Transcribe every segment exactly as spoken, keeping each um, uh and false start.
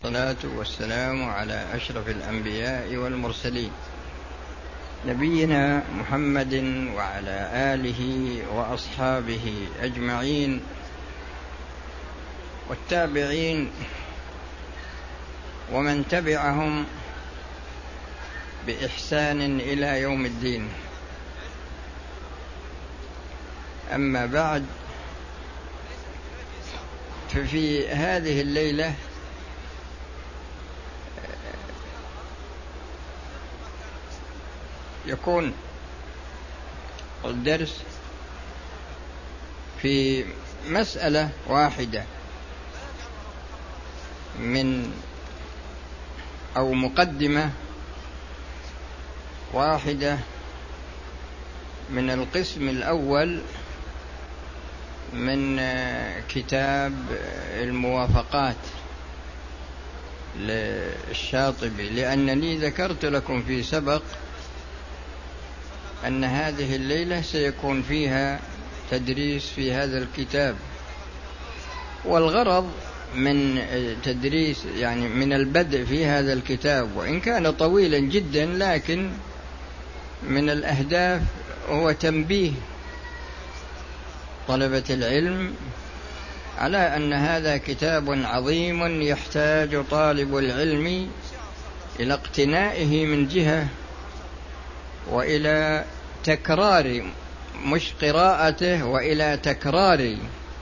والصلاة والسلام على أشرف الأنبياء والمرسلين نبينا محمد وعلى آله وأصحابه أجمعين والتابعين ومن تبعهم بإحسان إلى يوم الدين. أما بعد، ففي هذه الليلة يكون الدرس في مسألة واحدة من أو مقدمة واحدة من القسم الأول من كتاب الموافقات للشاطبي، لأنني ذكرت لكم في سبق أن هذه الليلة سيكون فيها تدريس في هذا الكتاب، والغرض من تدريس يعني من البدء في هذا الكتاب وإن كان طويلا جدا، لكن من الأهداف هو تنبيه طلبة العلم على أن هذا كتاب عظيم يحتاج طالب العلم إلى اقتنائه من جهة، وإلى تكرار مش قراءته وإلى تكرار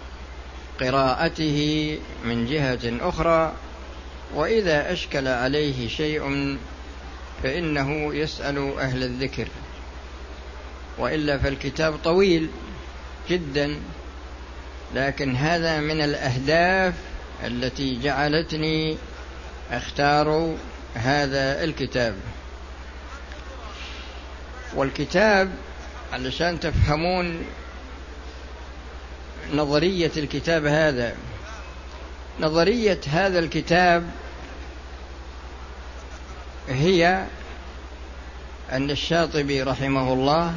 قراءته من جهة أخرى، وإذا أشكل عليه شيء فإنه يسأل أهل الذكر، وإلا فالكتاب طويل جدا. لكن هذا من الأهداف التي جعلتني أختار هذا الكتاب. والكتاب علشان تفهمون نظرية الكتاب هذا، نظرية هذا الكتاب هي أن الشاطبي رحمه الله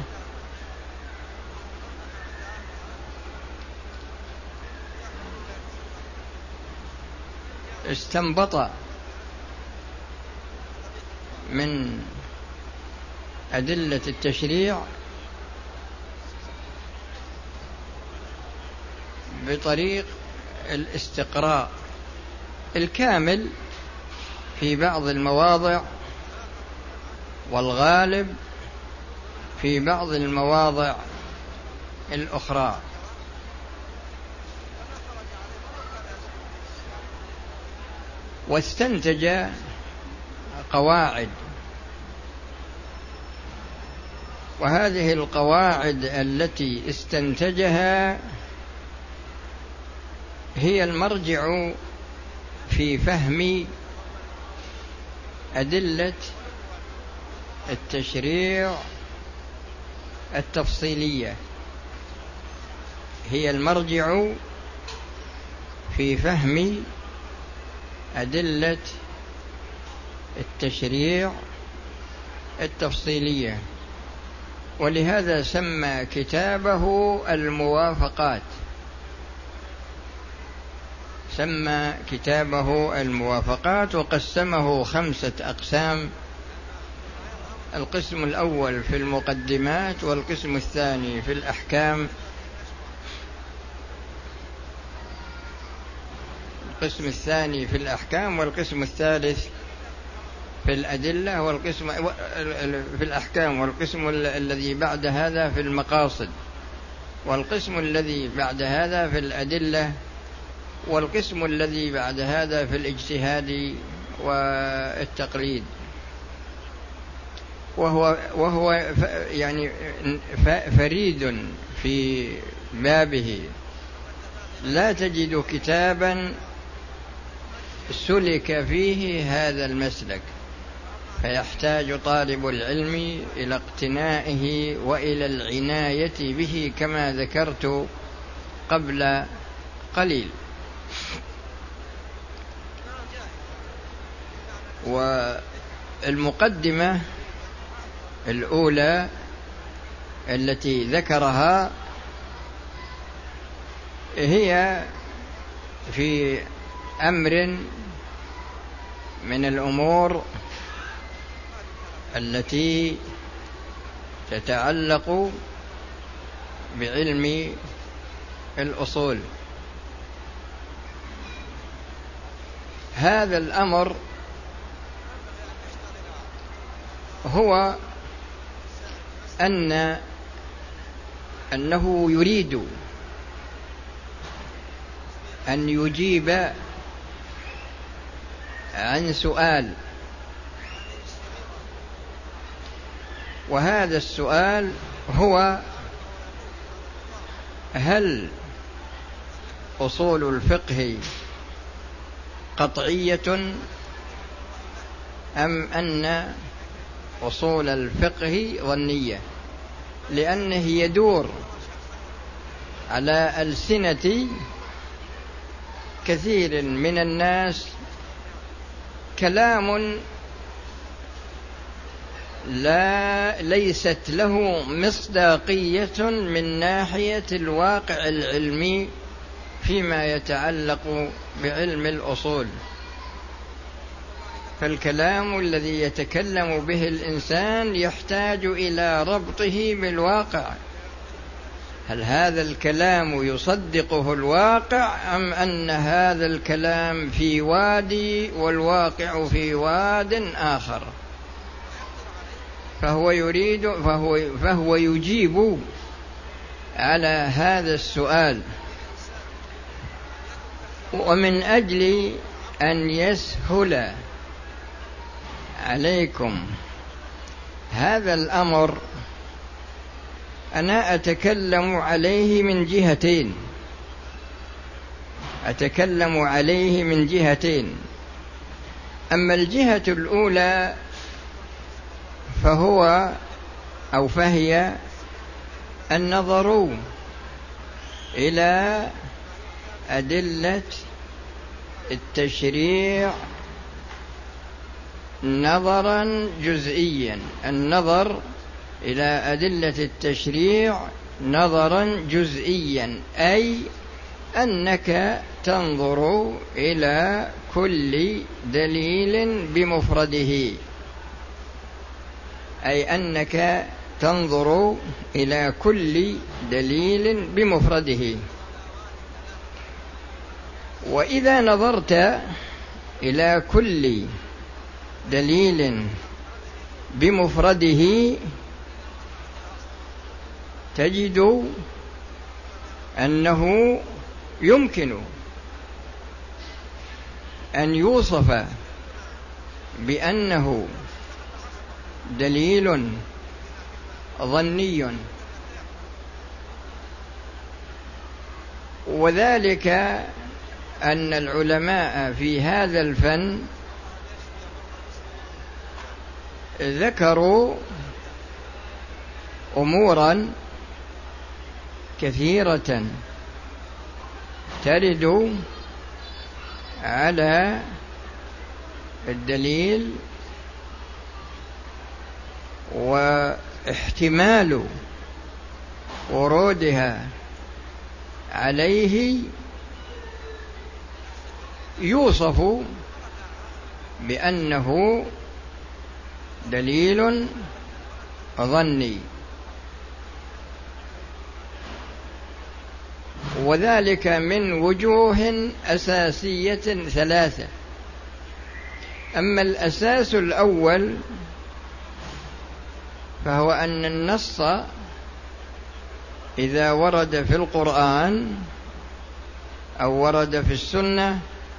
استنبط من أدلة التشريع بطريق الاستقراء الكامل في بعض المواضع، والغالب في بعض المواضع الأخرى. واستنتج قواعد، وهذه القواعد التي استنتجها هي المرجع في فهم أدلة التشريع التفصيلية، هي المرجع في فهم أدلة التشريع التفصيلية. ولهذا سمى كتابه الموافقات، سمى كتابه الموافقات وقسمه خمسة أقسام: القسم الأول في المقدمات، والقسم الثاني في الأحكام، القسم الثاني في الأحكام والقسم الثالث في الأدلة، والقسم في الأحكام والقسم الذي بعد هذا في المقاصد، والقسم الذي بعد هذا في الأدلة، والقسم الذي بعد هذا في الاجتهاد والتقليد. وهو وهو يعني فريد في بابه، لا تجد كتابا سلك فيه هذا المسلك، فيحتاج طالب العلم إلى اقتنائه وإلى العناية به كما ذكرت قبل قليل. والمقدمة الأولى التي ذكرها هي في أمر من الأمور التي تتعلق بعلم الأصول. هذا الأمر هو أن أنه يريد أن يجيب عن سؤال، وهذا السؤال هو: هل أصول الفقه قطعية أم أن أصول الفقه ظنية؟ لأنه يدور على ألسنة كثير من الناس كلام لا ليست له مصداقية من ناحية الواقع العلمي فيما يتعلق بعلم الأصول. فالكلام الذي يتكلم به الإنسان يحتاج إلى ربطه بالواقع. هل هذا الكلام يصدقه الواقع أم أن هذا الكلام في وادي والواقع في واد آخر؟ فهو يريد فهو, فهو يجيب على هذا السؤال. ومن أجل أن يسهل عليكم هذا الأمر أنا أتكلم عليه من جهتين أتكلم عليه من جهتين أما الجهة الأولى فهو أو فهي النظر إلى أدلة التشريع نظرا جزئيا النظر إلى أدلة التشريع نظرا جزئيا أي أنك تنظر إلى كل دليل بمفرده أي أنك تنظر إلى كل دليل بمفرده. وإذا نظرت إلى كل دليل بمفرده تجد أنه يمكن أن يوصف بأنه دليل ظني، وذلك أن العلماء في هذا الفن ذكروا أمورا كثيرة ترد على الدليل، واحتمال ورودها عليه يوصف بأنه دليل ظني، وذلك من وجوه أساسية ثلاثة. أما الأساس الأول فهو أن النص إذا ورد في القرآن أو ورد في السنة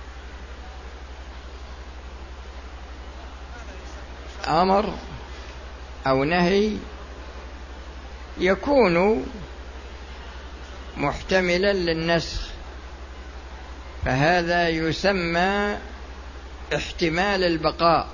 أمر أو نهي يكون محتملا للنسخ، فهذا يسمى احتمال البقاء،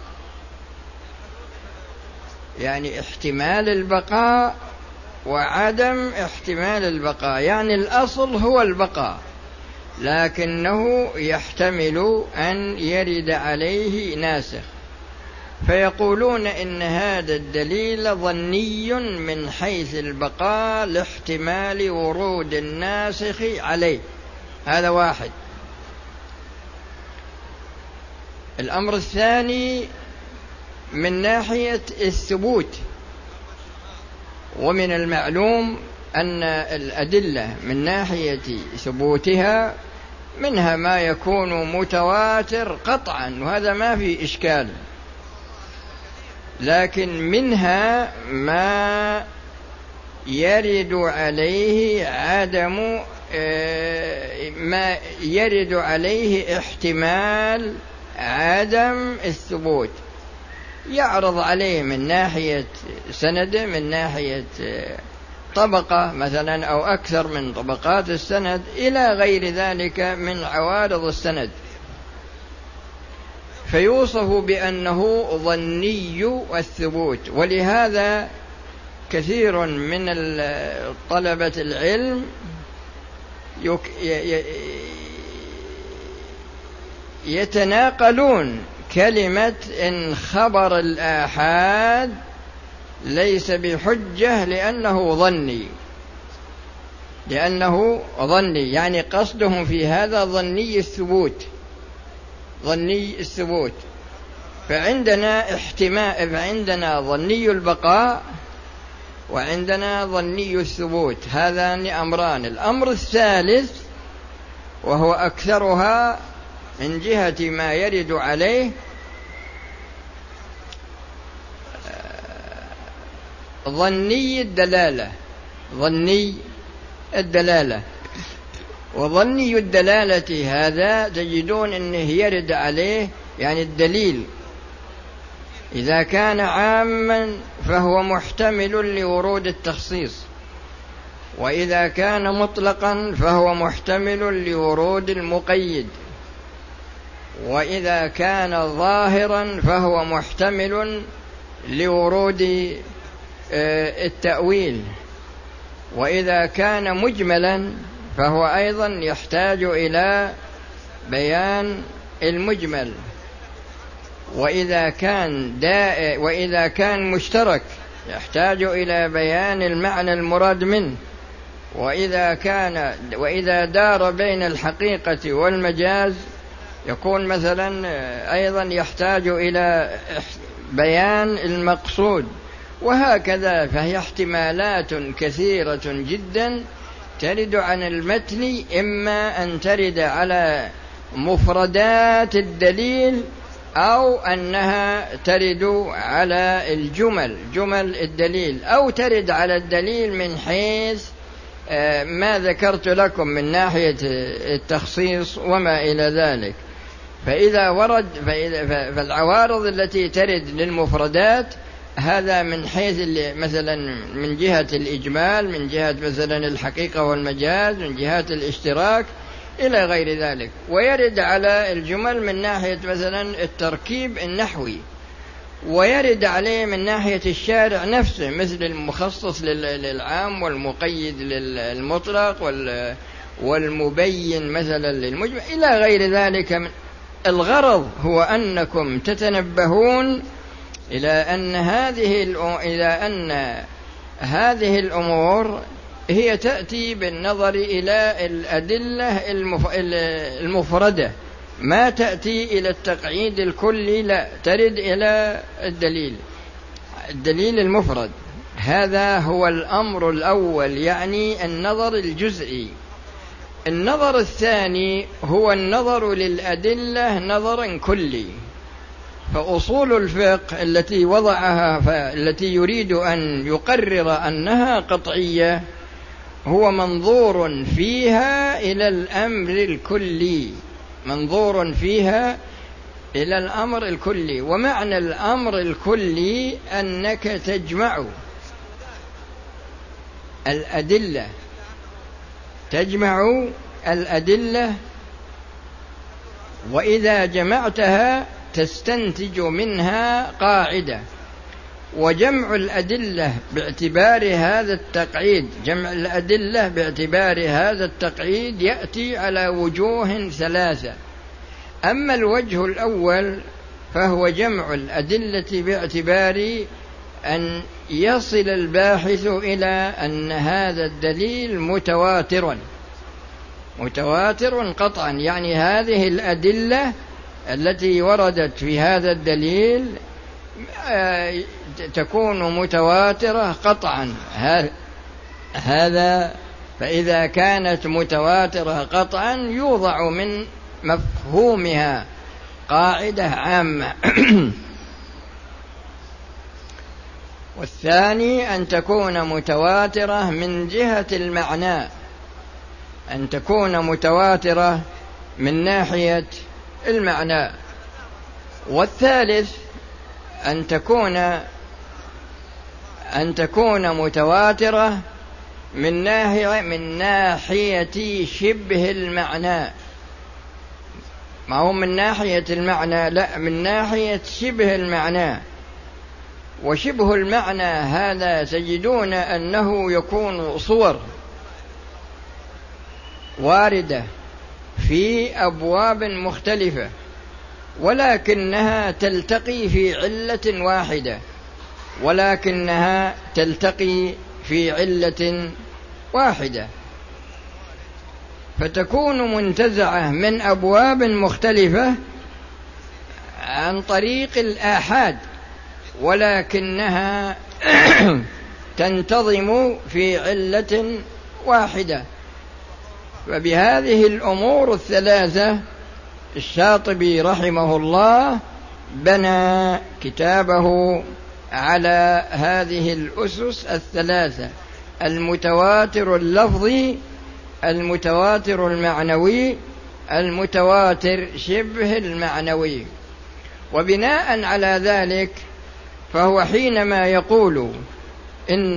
يعني احتمال البقاء وعدم احتمال البقاء، يعني الأصل هو البقاء لكنه يحتمل أن يرد عليه ناسخ، فيقولون إن هذا الدليل ظني من حيث البقاء لاحتمال ورود الناسخ عليه. هذا واحد. الأمر الثاني من ناحية الثبوت، ومن المعلوم أن الأدلة من ناحية ثبوتها منها ما يكون متواتر قطعا، وهذا ما في إشكال، لكن منها ما يرد عليه عدم ما يرد عليه احتمال عدم الثبوت، يعرض عليه من ناحية سنده، من ناحية طبقة مثلا أو أكثر من طبقات السند إلى غير ذلك من عوارض السند، فيوصف بأنه ظني الثبوت. ولهذا كثير من طلبة العلم يتناقلون كلمة إن خبر الآحاد ليس بحجة لأنه ظني، لأنه ظني يعني قصدهم في هذا ظني الثبوت، ظني الثبوت. فعندنا احتمال، فعندنا ظني البقاء وعندنا ظني الثبوت، هذان أمران. الأمر الثالث وهو أكثرها من جهة ما يرد عليه ظني الدلالة، ظني الدلالة. وظني الدلالة هذا تجدون أنه يرد عليه يعني الدليل إذا كان عاما فهو محتمل لورود التخصيص، وإذا كان مطلقا فهو محتمل لورود المقيد، وإذا كان ظاهرا فهو محتمل لورود التأويل، وإذا كان مجملا فهو أيضا يحتاج إلى بيان المجمل، وإذا كان داء وإذا كان مشترك يحتاج إلى بيان المعنى المراد منه، وإذا كان وإذا دار بين الحقيقة والمجاز يكون مثلا أيضا يحتاج إلى بيان المقصود، وهكذا. فهي احتمالات كثيرة جدا ترد عن المتن، إما أن ترد على مفردات الدليل أو أنها ترد على الجمل، جمل الدليل، أو ترد على الدليل من حيث ما ذكرت لكم من ناحية التخصيص وما إلى ذلك. فإذا ورد فالعوارض التي ترد للمفردات هذا من حيث مثلا من جهة الإجمال، من جهة مثلا الحقيقة والمجاز، من جهة الاشتراك إلى غير ذلك. ويرد على الجمل من ناحية مثلا التركيب النحوي، ويرد عليه من ناحية الشارع نفسه، مثل المخصص للعام والمقيد للمطلق والمبين مثلا للمجمل إلى غير ذلك. الغرض هو أنكم تتنبهون إلى أن هذه إلى أن هذه الأمور هي تأتي بالنظر إلى الأدلة المفردة، ما تأتي إلى التقعيد الكلي، لا، ترد إلى الدليل الدليل المفرد. هذا هو الأمر الأول، يعني النظر الجزئي. النظر الثاني هو النظر للأدلة نظرا كلي. فأصول الفقه التي وضعها فالتي يريد أن يقرر أنها قطعية هو منظور فيها إلى الأمر الكلي، منظور فيها إلى الأمر الكلي. ومعنى الأمر الكلي أنك تجمع الأدلة تجمع الأدلة وإذا جمعتها تستنتج منها قاعدة. وجمع الأدلة باعتبار هذا التقعيد، جمع الأدلة باعتبار هذا التقعيد يأتي على وجوه ثلاثة. أما الوجه الأول فهو جمع الأدلة باعتبار أن يصل الباحث إلى أن هذا الدليل متواتر متواتر قطعا، يعني هذه الأدلة التي وردت في هذا الدليل تكون متواترة قطعا. هذا فإذا كانت متواترة قطعا يوضع من مفهومها قاعدة عامة. والثاني أن تكون متواترة من جهة المعنى، أن تكون متواترة من ناحية المعنى. والثالث أن تكون أن تكون متواترة من ناحية من ناحية شبه المعنى، ما هو من ناحية المعنى، لا، من ناحية شبه المعنى. وشبه المعنى هذا تجدون أنه يكون صور واردة في أبواب مختلفة، ولكنها تلتقي في علة واحدة، ولكنها تلتقي في علة واحدة، فتكون منتزعة من أبواب مختلفة عن طريق الآحاد، ولكنها تنتظم في علة واحدة. فبهذه الأمور الثلاثة الشاطبي رحمه الله بنى كتابه على هذه الأسس الثلاثة: المتواتر اللفظي، المتواتر المعنوي، المتواتر شبه المعنوي. وبناء على ذلك فهو حينما يقول إن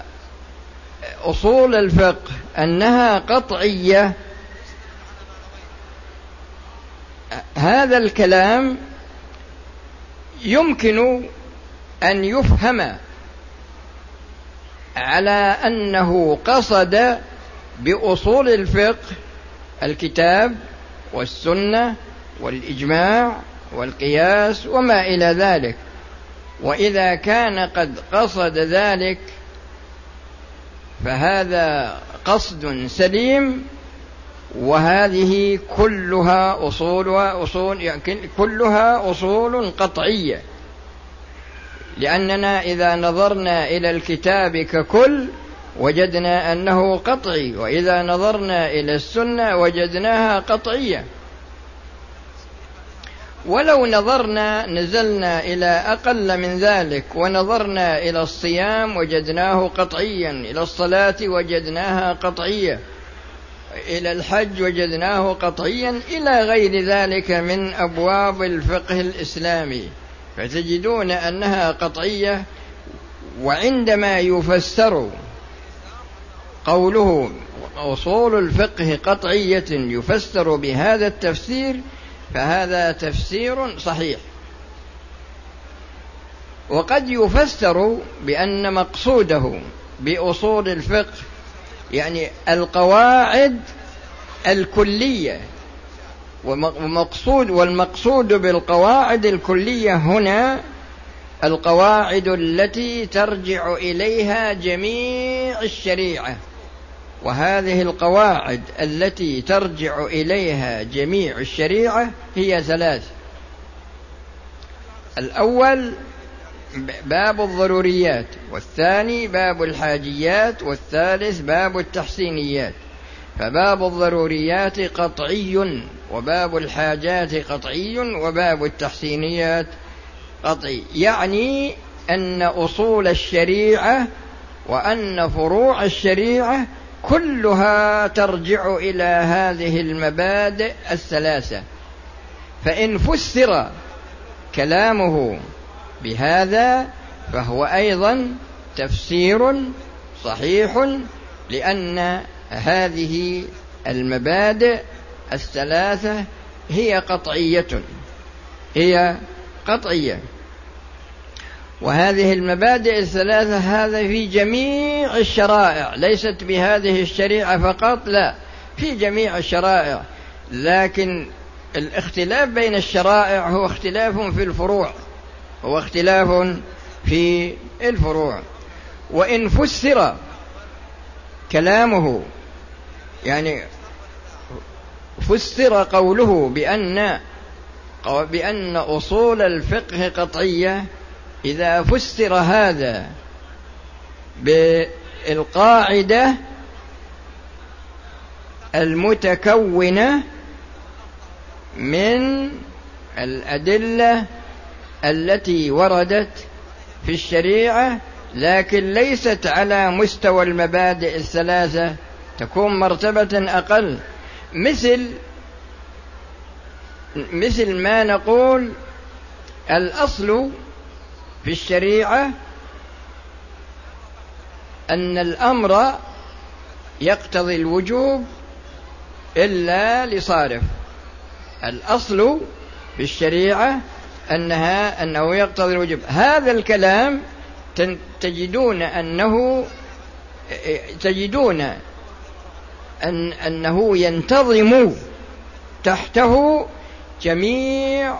أصول الفقه أنها قطعية، هذا الكلام يمكن أن يفهم على أنه قصد بأصول الفقه الكتاب والسنة والإجماع والقياس وما إلى ذلك. وإذا كان قد قصد ذلك فهذا قصد سليم، وهذه كلها أصولها أصول يعني كلها أصول قطعية، لأننا إذا نظرنا إلى الكتاب ككل وجدنا أنه قطعي، وإذا نظرنا إلى السنة وجدناها قطعية. ولو نظرنا نزلنا إلى أقل من ذلك ونظرنا إلى الصيام وجدناه قطعيا، إلى الصلاة وجدناها قطعية، إلى الحج وجدناه قطعيا، إلى غير ذلك من أبواب الفقه الإسلامي، فتجدون أنها قطعية. وعندما يفسر قوله أصول الفقه قطعية يفسر بهذا التفسير، فهذا تفسير صحيح. وقد يفسر بأن مقصوده بأصول الفقه يعني القواعد الكلية، ومقصود والمقصود بالقواعد الكلية هنا القواعد التي ترجع إليها جميع الشريعة. وهذه القواعد التي ترجع إليها جميع الشريعة هي ثلاث: الأول باب الضروريات، والثاني باب الحاجيات، والثالث باب التحسينيات. فباب الضروريات قطعي، وباب الحاجات قطعي، وباب التحسينيات قطعي، يعني أن أصول الشريعة وأن فروع الشريعة كلها ترجع إلى هذه المبادئ الثلاثة. فإن فسر كلامه بهذا فهو أيضا تفسير صحيح، لأن هذه المبادئ الثلاثة هي قطعية هي قطعية وهذه المبادئ الثلاثة هذا في جميع الشرائع، ليست بهذه الشريعة فقط، لا، في جميع الشرائع. لكن الاختلاف بين الشرائع هو اختلاف في الفروع هو اختلاف في الفروع. وإن فسر كلامه يعني فسر قوله بأن بأن أصول الفقه قطعية، إذا فسر هذا بالقاعدة المتكونة من الأدلة التي وردت في الشريعة لكن ليست على مستوى المبادئ الثلاثة، تكون مرتبة أقل، مثل مثل ما نقول الأصل في الشريعة أن الأمر يقتضي الوجوب إلا لصارف. الأصل في الشريعة أنها أنه يقتضي الوجوب. هذا الكلام تجدون أنه تجدون أن أنه ينتظم تحته جميع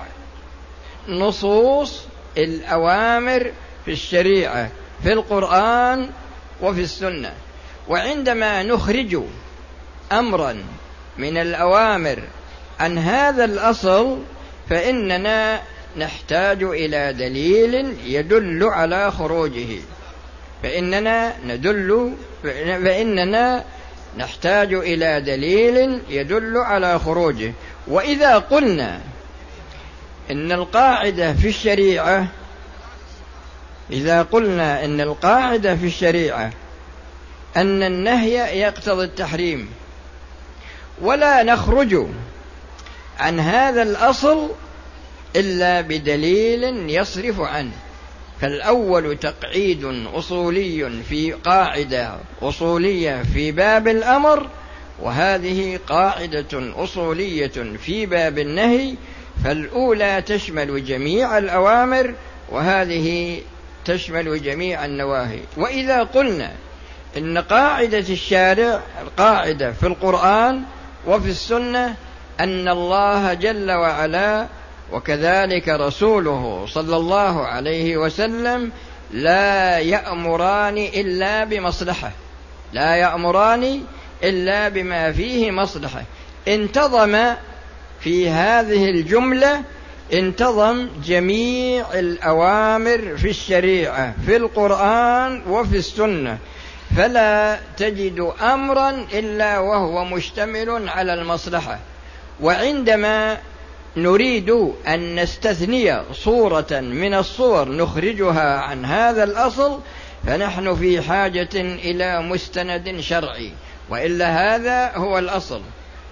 نصوص الأوامر في الشريعة في القرآن وفي السنة. وعندما نخرج أمرا من الأوامر عن هذا الأصل فإننا نحتاج إلى دليل يدل على خروجه، فإننا ندل فإننا نحتاج إلى دليل يدل على خروجه. وإذا قلنا إن القاعدة في الشريعة إذا قلنا إن القاعدة في الشريعة أن النهي يقتضي التحريم، ولا نخرج عن هذا الأصل إلا بدليل يصرف عنه، فالأول تقعيد أصولي في قاعدة أصولية في باب الأمر، وهذه قاعدة أصولية في باب النهي، فالأولى تشمل جميع الأوامر وهذه تشمل جميع النواهي. وإذا قلنا إن قاعدة الشارع القاعدة في القرآن وفي السنة أن الله جل وعلا وكذلك رسوله صلى الله عليه وسلم لا يأمران إلا بمصلحة، لا يأمران إلا بما فيه مصلحة، انتظم في هذه الجملة انتظم جميع الأوامر في الشريعة في القرآن وفي السنة، فلا تجد أمرا إلا وهو مشتمل على المصلحة. وعندما نريد أن نستثني صورة من الصور نخرجها عن هذا الأصل فنحن في حاجة إلى مستند شرعي، وإلا هذا هو الأصل.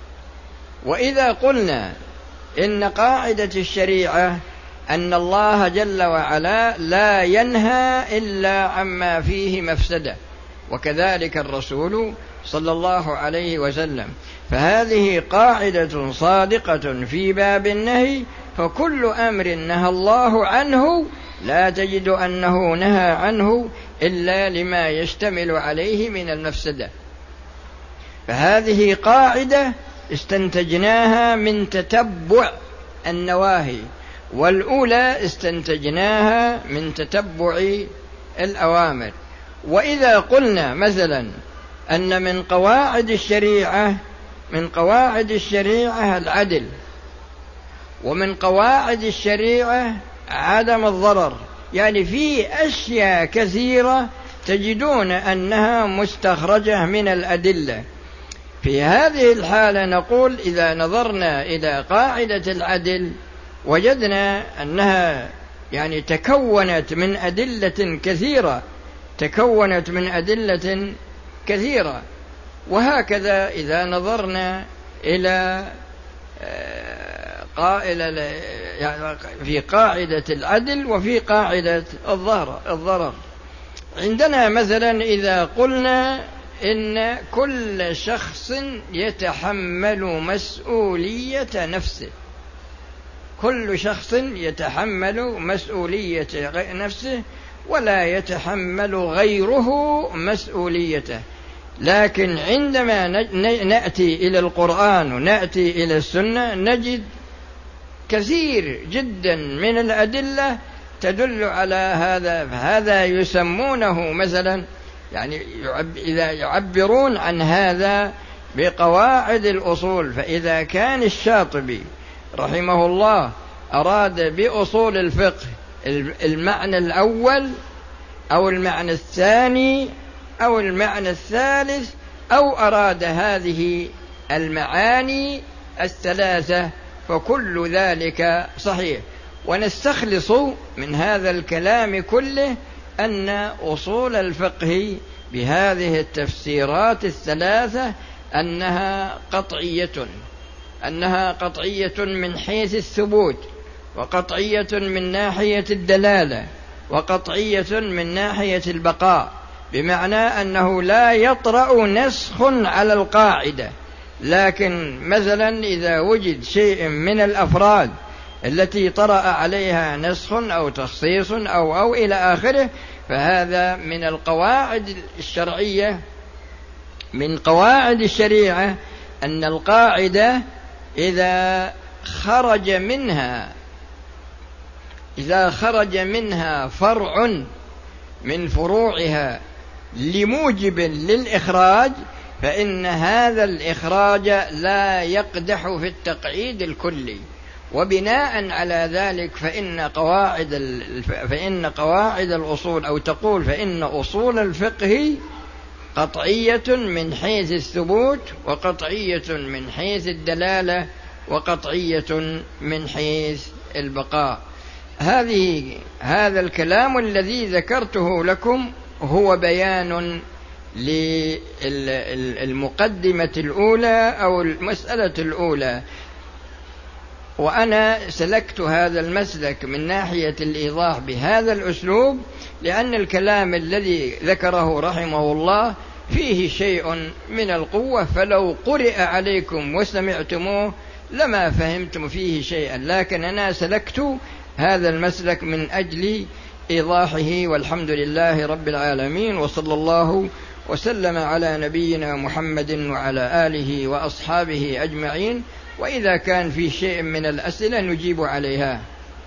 وإذا قلنا إن قاعدة الشريعة أن الله جل وعلا لا ينهى إلا عما فيه مفسدة، وكذلك الرسول صلى الله عليه وسلم، فهذه قاعدة صادقة في باب النهي، فكل أمر نهى الله عنه لا تجد أنه نهى عنه إلا لما يشتمل عليه من المفسدة. فهذه قاعدة استنتجناها من تتبع النواهي، والأولى استنتجناها من تتبع الأوامر. وإذا قلنا مثلا أن من قواعد الشريعة من قواعد الشريعة العدل، ومن قواعد الشريعة عدم الضرر، يعني في أشياء كثيرة تجدون أنها مستخرجة من الأدلة، في هذه الحالة نقول إذا نظرنا إلى قاعدة العدل وجدنا أنها يعني تكونت من أدلة كثيرة تكونت من أدلة كثيرة وهكذا إذا نظرنا إلى قائل في قاعدة العدل وفي قاعدة الضرر. عندنا مثلا إذا قلنا إن كل شخص يتحمل مسؤولية نفسه، كل شخص يتحمل مسؤولية نفسه ولا يتحمل غيره مسؤوليته، لكن عندما نأتي إلى القرآن ونأتي إلى السنة نجد كثير جدا من الأدلة تدل على هذا، فهذا يسمونه مثلا يعني إذا يعبرون عن هذا بقواعد الأصول. فإذا كان الشاطبي رحمه الله أراد بأصول الفقه المعنى الأول أو المعنى الثاني أو المعنى الثالث، أو أراد هذه المعاني الثلاثة، فكل ذلك صحيح. ونستخلص من هذا الكلام كله أن أصول الفقه بهذه التفسيرات الثلاثة أنها قطعية، أنها قطعية من حيث الثبوت، وقطعية من ناحية الدلالة، وقطعية من ناحية البقاء، بمعنى أنه لا يطرأ نسخ على القاعدة. لكن مثلا إذا وجد شيء من الأفراد التي طرأ عليها نسخ أو تخصيص أو أو إلى آخره، فهذا من القواعد الشرعية، من قواعد الشريعة، أن القاعدة إذا خرج منها إذا خرج منها فرع من فروعها لموجب للإخراج، فإن هذا الإخراج لا يقدح في التقعيد الكلي. وبناء على ذلك فإن قواعد فإن قواعد الأصول، أو تقول فإن أصول الفقه قطعية من حيث الثبوت، وقطعية من حيث الدلالة، وقطعية من حيث البقاء. هذه هذا الكلام الذي ذكرته لكم هو بيان للمقدمة الأولى أو المسألة الأولى. وأنا سلكت هذا المسلك من ناحية الإيضاح بهذا الأسلوب، لأن الكلام الذي ذكره رحمه الله فيه شيء من القوة، فلو قرئ عليكم وسمعتموه لما فهمتم فيه شيئا، لكن أنا سلكت هذا المسلك من أجل إيضاحه. والحمد لله رب العالمين، وصلى الله وسلم على نبينا محمد وعلى آله وأصحابه أجمعين. وإذا كان في شيء من الأسئلة نجيب عليها.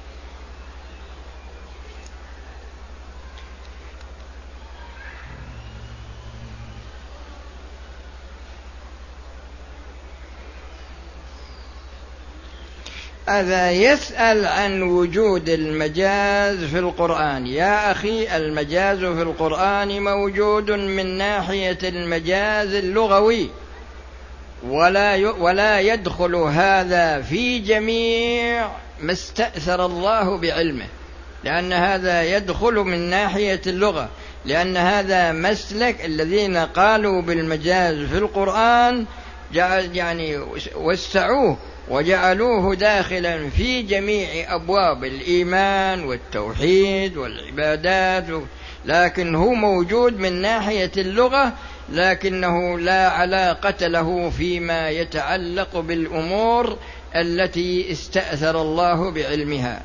هذا يسأل عن وجود المجاز في القرآن. يا أخي، المجاز في القرآن موجود من ناحية المجاز اللغوي، ولا ولا يدخل هذا في جميع ما استأثر الله بعلمه، لأن هذا يدخل من ناحية اللغة، لأن هذا مسلك الذين قالوا بالمجاز في القرآن جعل يعني وسعوه وجعلوه داخلا في جميع أبواب الإيمان والتوحيد والعبادات، لكن هو موجود من ناحية اللغة، لكنه لا علاقة له فيما يتعلق بالأمور التي استأثر الله بعلمها.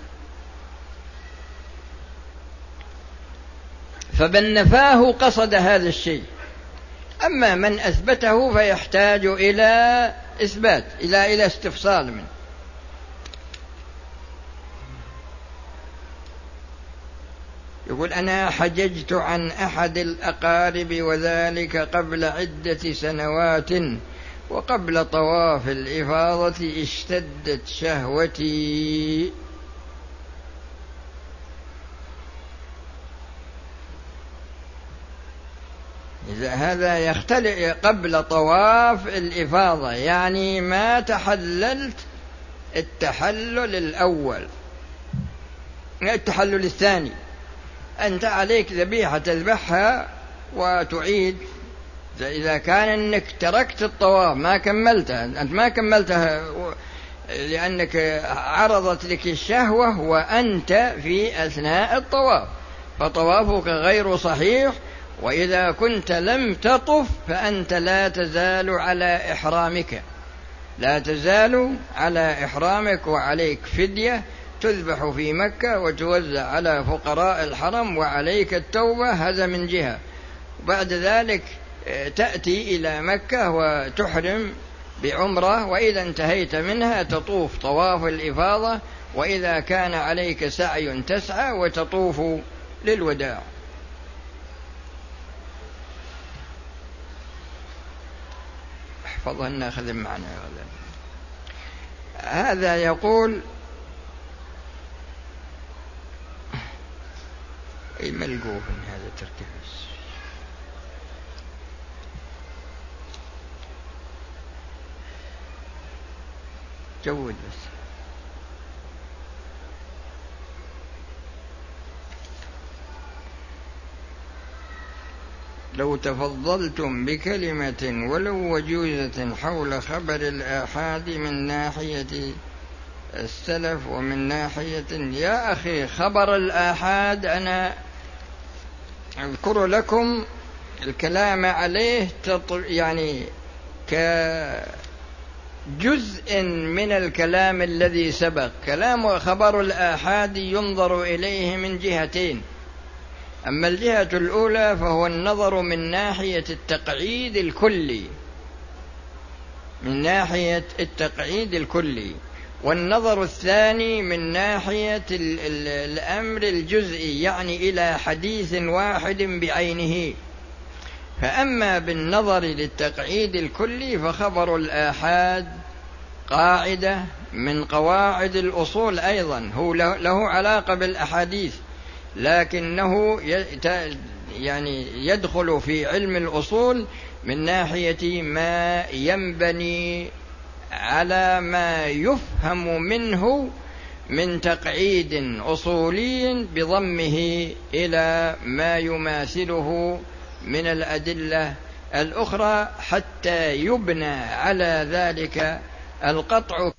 فمن نفاه قصد هذا الشيء، أما من أثبته فيحتاج إلى إثبات، إلى إلى استفصال منه. يقول: أنا حججت عن أحد الأقارب وذلك قبل عدة سنوات، وقبل طواف الإفاضة اشتدت شهوتي. إذا هذا يختلف قبل طواف الإفاضة، يعني ما تحللت التحلل الأول، التحلل الثاني، أنت عليك ذبيحة تذبحها وتعيد. إذا كان أنك تركت الطواف ما كملتها، أنت ما كملتها لأنك عرضت لك الشهوة وأنت في أثناء الطواف، فطوافك غير صحيح. وإذا كنت لم تطف فأنت لا تزال على إحرامك، لا تزال على إحرامك، وعليك فدية تذبح في مكة وتوزع على فقراء الحرم، وعليك التوبة. هذا من جهة. وبعد ذلك تأتي إلى مكة وتحرم بعمرة، وإذا انتهيت منها تطوف طواف الإفاضة، وإذا كان عليك سعي تسعى وتطوف للوداع. احفظها ناخذ معنا. هذا يقول: أي ملقوه هذا تركيز. جود بس. لو تفضلتم بكلمة ولو وجوزة حول خبر الآحاد من ناحية السلف ومن ناحية، يا أخي خبر الآحاد أنا أذكر لكم الكلام عليه يعني كجزء من الكلام الذي سبق. كلام خبر الآحاد ينظر إليه من جهتين، أما الجهة الأولى فهو النظر من ناحية التقعيد الكلي، من ناحية التقعيد الكلي، والنظر الثاني من ناحية الأمر الجزئي، يعني إلى حديث واحد بعينه. فأما بالنظر للتقعيد الكلي فخبر الآحاد قاعدة من قواعد الأصول أيضا، هو له علاقة بالأحاديث، لكنه يعني يدخل في علم الأصول من ناحية ما ينبني على ما يفهم منه من تقعيد أصولي بضمه إلى ما يماثله من الأدلة الأخرى، حتى يبنى على ذلك القطع